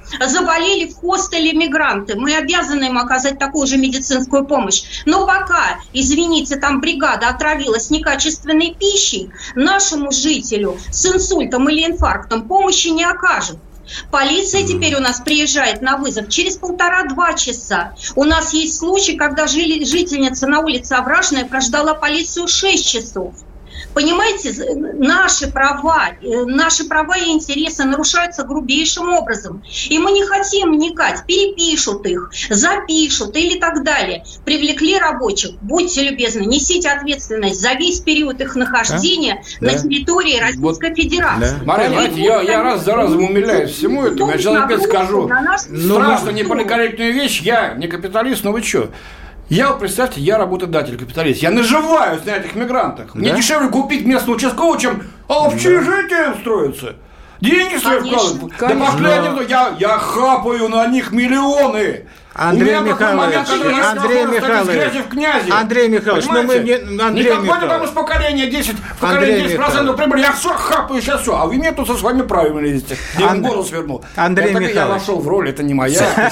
заболели в хостеле мигранты. Мы обязаны им оказать такую же медицинскую помощь. Но пока, извините, там бригада отравилась некачественной пищей, нашему жителю с инсультом или инфарктом помощи не окажут. Полиция теперь у нас приезжает на вызов через полтора-два часа. У нас есть случай, когда жительница на улице Овражная прождала полицию шесть часов. Понимаете, наши права, наши права и интересы нарушаются грубейшим образом. И мы не хотим вникать, перепишут их, запишут или так далее. Привлекли рабочих, будьте любезны, несите ответственность за весь период их нахождения да? на да. территории Российской вот. Федерации. Да. Мария, знаете, я, я раз за разом умиляюсь всему этому. Я сейчас опять скажу страшно неполикорректную вещь. Я не капиталист, но вы что? Я, вот представьте, я работодатель, капиталист. Я наживаюсь на этих мигрантах. Мне да? дешевле купить местного участкового, чем а, в общежитие да. устроиться. Деньги свои вкладывают. Да пошли, я, я хапаю на них миллионы. Андрей Михайлович, Андрей Михайлович, Андрей Михайлович, ну мы не... Не какое-то там из поколения десять, поколение десять процентов прибыли, я все хапаю сейчас все, а вы мне тут со своими правилами лезете. Я им голос вернул. Андрей Михайлович. Я вошел в роль, это не моя.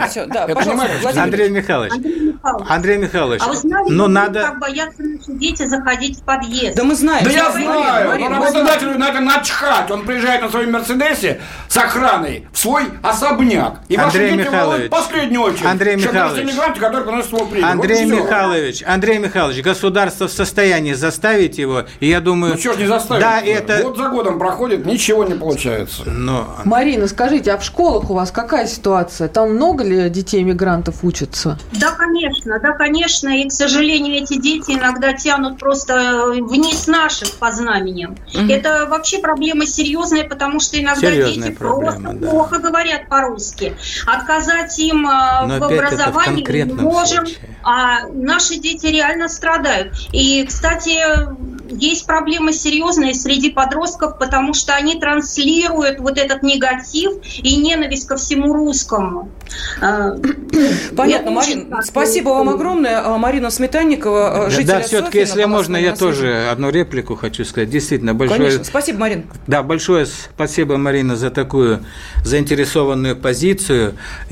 Андрей Михайлович, Андрей Михайлович, а вы знаете, но надо... как боятся наши дети заходить в подъезд. Да мы знаем. Да я знаю, но работодателю на это начхать. Он приезжает на своем Мерседесе с охраной в свой особняк. И ваши дети волнуют последнюю очередь. Андрей Михайлович, Андрей Михайлович, Андрей Михайлович, государство в состоянии заставить его, и я думаю... Ну что ж не заставить? Да, это... Год за годом проходит, ничего не получается. Но... Марина, скажите, а в школах у вас какая ситуация? Там много ли детей-мигрантов учатся? Да, конечно, да, конечно, и, к сожалению, эти дети иногда тянут просто вниз наших по знаменем. Угу. Это вообще проблема серьезная, потому что иногда Серьезная дети проблема, просто да. плохо говорят по-русски. Отказать им... Но в образовании мы можем, случае. а наши дети реально страдают. И, кстати, есть проблема серьезная среди подростков, потому что они транслируют вот этот негатив и ненависть ко всему русскому. Понятно, Марина. Спасибо вам огромное. Марина Сметанникова, житель Да, все-таки, если можно, я тоже одну реплику хочу сказать. Действительно, большое... Конечно. Спасибо, Марина. Да, большое спасибо, Марина, за такую заинтересованную позицию.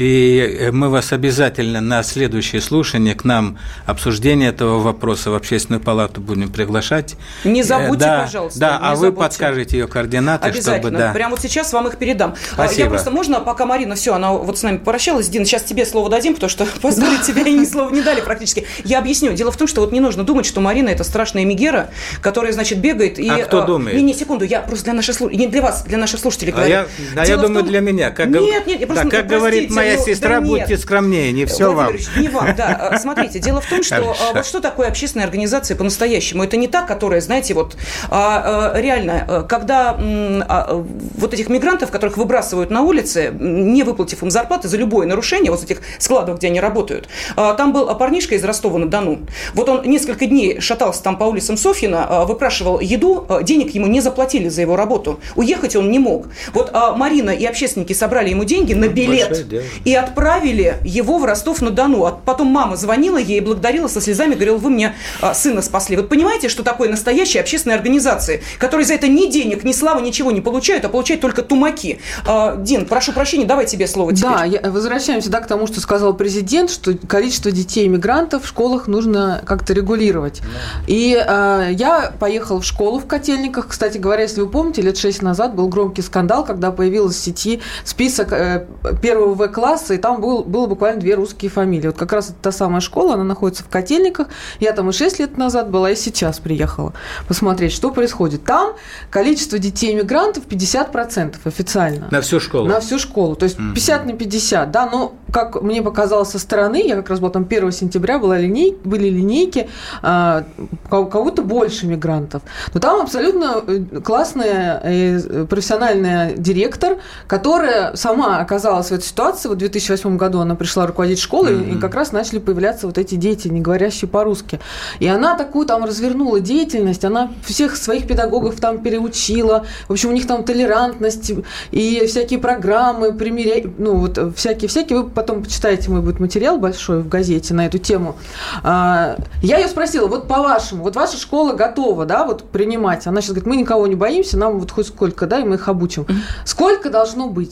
И мы вас обязательно на следующее слушание к нам обсуждение этого вопроса в Общественную палату будем приглашать. Не забудьте, да, пожалуйста. Да, а забудьте. Вы подскажете ее координаты, обязательно. Чтобы, да. Прямо вот сейчас вам их передам. Спасибо. Я просто, можно, пока Марина, все, она вот с нами прощалась, Дина, сейчас тебе слово дадим, потому что позволить тебе и ни слова не дали практически. Я объясню. Дело в том, что вот не нужно думать, что Марина – это страшная мегера, которая, значит, бегает и... А кто а, думает? Не, не, секунду, я просто для наших слушателей, не для вас, для наших слушателей а говорю. Я, а я думаю, том... для меня. Как, нет, нет, я просто... Да, как простите, говорит моя ну, сестра, да будьте нет. скромнее, не все Владимир вам. Ильич, не вам, да. Смотрите, дело в том, что вот что такое общественная организация по-настоящему? Это не та, которая, знаете, вот реально, когда вот этих мигрантов, которых выбрасывают на улице, не выплатив им зарплаты за любое нарушение, вот этих складов, где они работают, там был парнишка из Ростова-на-Дону. Вот он несколько дней шатался там по улицам Софьина, выпрашивал еду, денег ему не заплатили за его работу. Уехать он не мог. Вот Марина и общественники собрали ему деньги на билет и отправили его в Ростов-на-Дону. А потом мама звонила ей и благодарила со слезами, говорила, вы мне сына спасли. Вот понимаете, что такое настоящая общественная организация, которые за это ни денег, ни славы, ничего не получают, а получают только тумаки. Дин, прошу прощения, давай тебе слово теперь. Да, я, возвращаемся да, к тому, что сказал президент, что количество детей-мигрантов в школах нужно как-то регулировать. Да. И э, я поехала в школу в Котельниках. Кстати говоря, если вы помните, лет шесть назад был громкий скандал, когда появился в сети список э, первого В-класса, и там был, было буквально две русские фамилии. Вот как раз это та самая школа, она находится в Котельниках. Я там и шесть лет назад была, и сейчас приехала посмотреть, что происходит. Там количество детей-мигрантов пятьдесят процентов официально. На всю школу? На всю школу. То есть пятьдесят на пятьдесят, да, но, как мне показалось со стороны, я как раз была там первого сентября, была линей, были линейки, а, у кого-то больше мигрантов. Но там абсолютно классная и профессиональная директор, которая сама оказалась в этой ситуации. Вот в две тысячи восьмом году она пришла руководить школой, mm-hmm. и как раз начали появляться вот эти дети, не говорящие по-русски. И она такую там развернула деятельность, она всех своих педагогов там переучила. В общем, у них там толерантность и всякие программы, примеря... ну вот всякие-всякие. Вы потом почитаете, мой будет материал большой в газете на эту тему. Я ее спросила, вот по-вашему, вот ваша школа готова, да, вот принимать? Она сейчас говорит, мы никого не боимся, нам вот хоть сколько, да, и мы их обучим. Mm-hmm. Сколько должно быть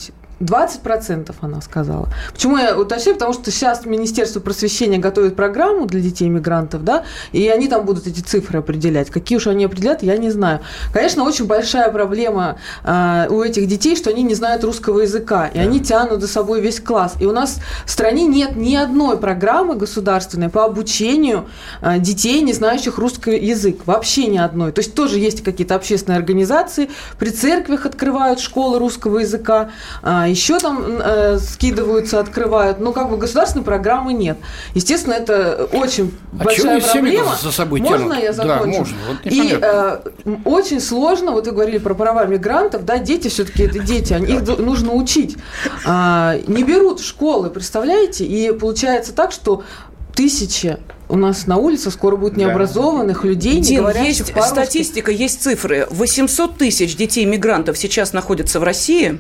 двадцать процентов она сказала. Почему я уточняю? Потому что сейчас Министерство просвещения готовит программу для детей-мигрантов, да, и они там будут эти цифры определять. Какие уж они определят, я не знаю. Конечно, очень большая проблема э, у этих детей, что они не знают русского языка, и они тянут за собой весь класс. И у нас в стране нет ни одной программы государственной по обучению э, детей, не знающих русский язык. Вообще ни одной. То есть тоже есть какие-то общественные организации, при церквях открывают школы русского языка, э, еще там э, скидываются, открывают, но как бы государственной программы нет. Естественно, это очень а большая проблема. За собой можно тянут? Я закончу? Да, можно. Вот и э, очень сложно, вот вы говорили про права мигрантов, да, дети все-таки это дети, их нужно учить. А, не берут в школы, представляете? И получается так, что тысячи у нас на улице скоро будет необразованных да. людей, не Дим, говорящих есть по-русски. статистика, есть цифры. восемьсот тысяч детей-мигрантов сейчас находятся в России.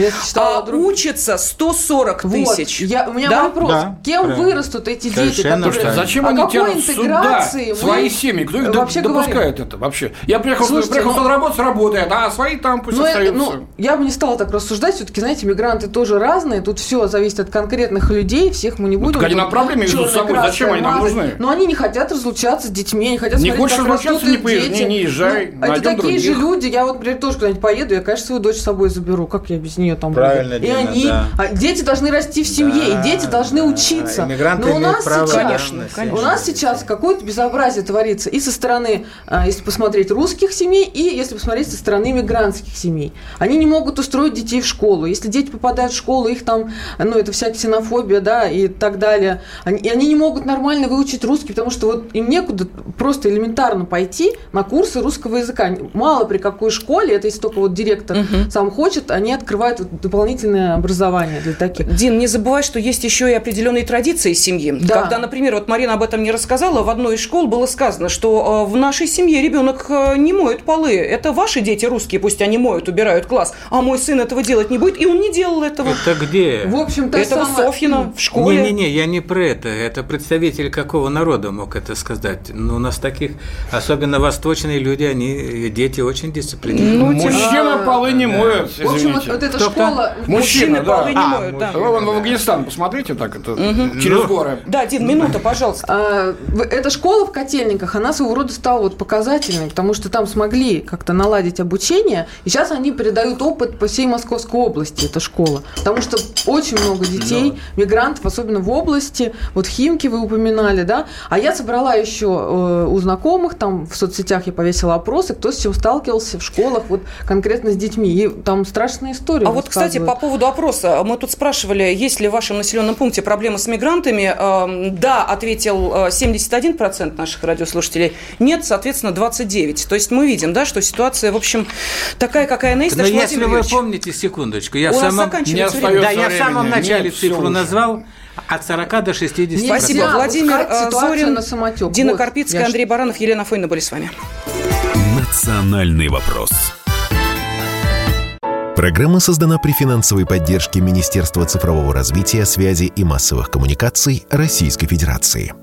А друг... учатся сто сорок тысяч. Вот. Я, у меня да? вопрос. Да. Кем Правильно. вырастут эти дети? Которые... Зачем они тянут сюда свои семьи? Кто их допускает говорим? Это вообще? Я приехал, Слушайте, приехал ну... работать, работает, а свои там пусть ну, остаются. Ну, я бы не стала так рассуждать. Все-таки, знаете, мигранты тоже разные. Тут все зависит от конкретных людей. Всех мы не будем. Ну, они на проблеме между собой. Зачем они нам нужны? Но они не хотят разлучаться с детьми. Не хотят не смотреть, хочешь разлучаться, не поезжай, не езжай. Это такие же люди. Я вот, например, тоже когда-нибудь поеду, я, конечно, свою дочь с собой заберу. Как я без нее там буду? И они, да. дети должны расти в семье, да, и дети должны да. учиться. Иммигранты Но у нас право, сейчас, конечно, конечно. у нас сейчас какое-то безобразие творится и со стороны, если посмотреть, русских семей, и если посмотреть со стороны мигрантских семей. Они не могут устроить детей в школу. Если дети попадают в школу, их там, ну, это вся ксенофобия, да, и так далее. Они, и они не могут нормально выучить русский, потому что вот им некуда просто элементарно пойти на курсы русского языка. Мало при какой школе, это если только вот директор угу. сам хочет, они открывают вот дополнительные образование для таких. Дин, не забывай, что есть еще и определенные традиции семьи. Да. Когда, например, вот Марина об этом не рассказала, в одной из школ было сказано, что в нашей семье ребенок не моет полы. Это ваши дети русские, пусть они моют, убирают класс, а мой сын этого делать не будет, и он не делал этого. Это где? В общем-то, это самое... в Софьино, в школе. Не-не-не, я не про это. Это представитель какого народа мог это сказать? Но у нас таких, особенно восточные люди, они, дети очень дисциплинированные. Ну, мужчина а, полы не моют, да. В общем, вот, вот эта школа... Мужчина, да. полы не а, моют, да. Вон в Афганистан, посмотрите так, это угу. через ну, горы. Да, Дин, минута, пожалуйста. А, эта школа в Котельниках, она своего рода стала вот показательной, потому что там смогли как-то наладить обучение, и сейчас они передают опыт по всей Московской области, эта школа. Потому что очень много детей, Но. мигрантов, особенно в области, вот в Химки вы упоминали, да. А я собрала еще э, у знакомых, там в соцсетях я повесила опросы, кто с чем сталкивался в школах, вот конкретно с детьми. И там страшные истории. А вот, кстати, по поводу опроса. Мы тут спрашивали, есть ли в вашем населенном пункте проблемы с мигрантами. Да, ответил семьдесят один процент наших радиослушателей. Нет, соответственно, двадцать девять процентов. То есть мы видим, да, что ситуация, в общем, такая, какая она есть. Но если вы помните, секундочку, я в самом, да, я в самом начале Нет, цифру назвал. От сорока до шестидесяти. Спасибо. Владимир Зорин, Дина вот, Карпицкая, Андрей Баранов, Елена Фойна были с вами. Национальный вопрос. Программа создана при финансовой поддержке Министерства цифрового развития, связи и массовых коммуникаций Российской Федерации.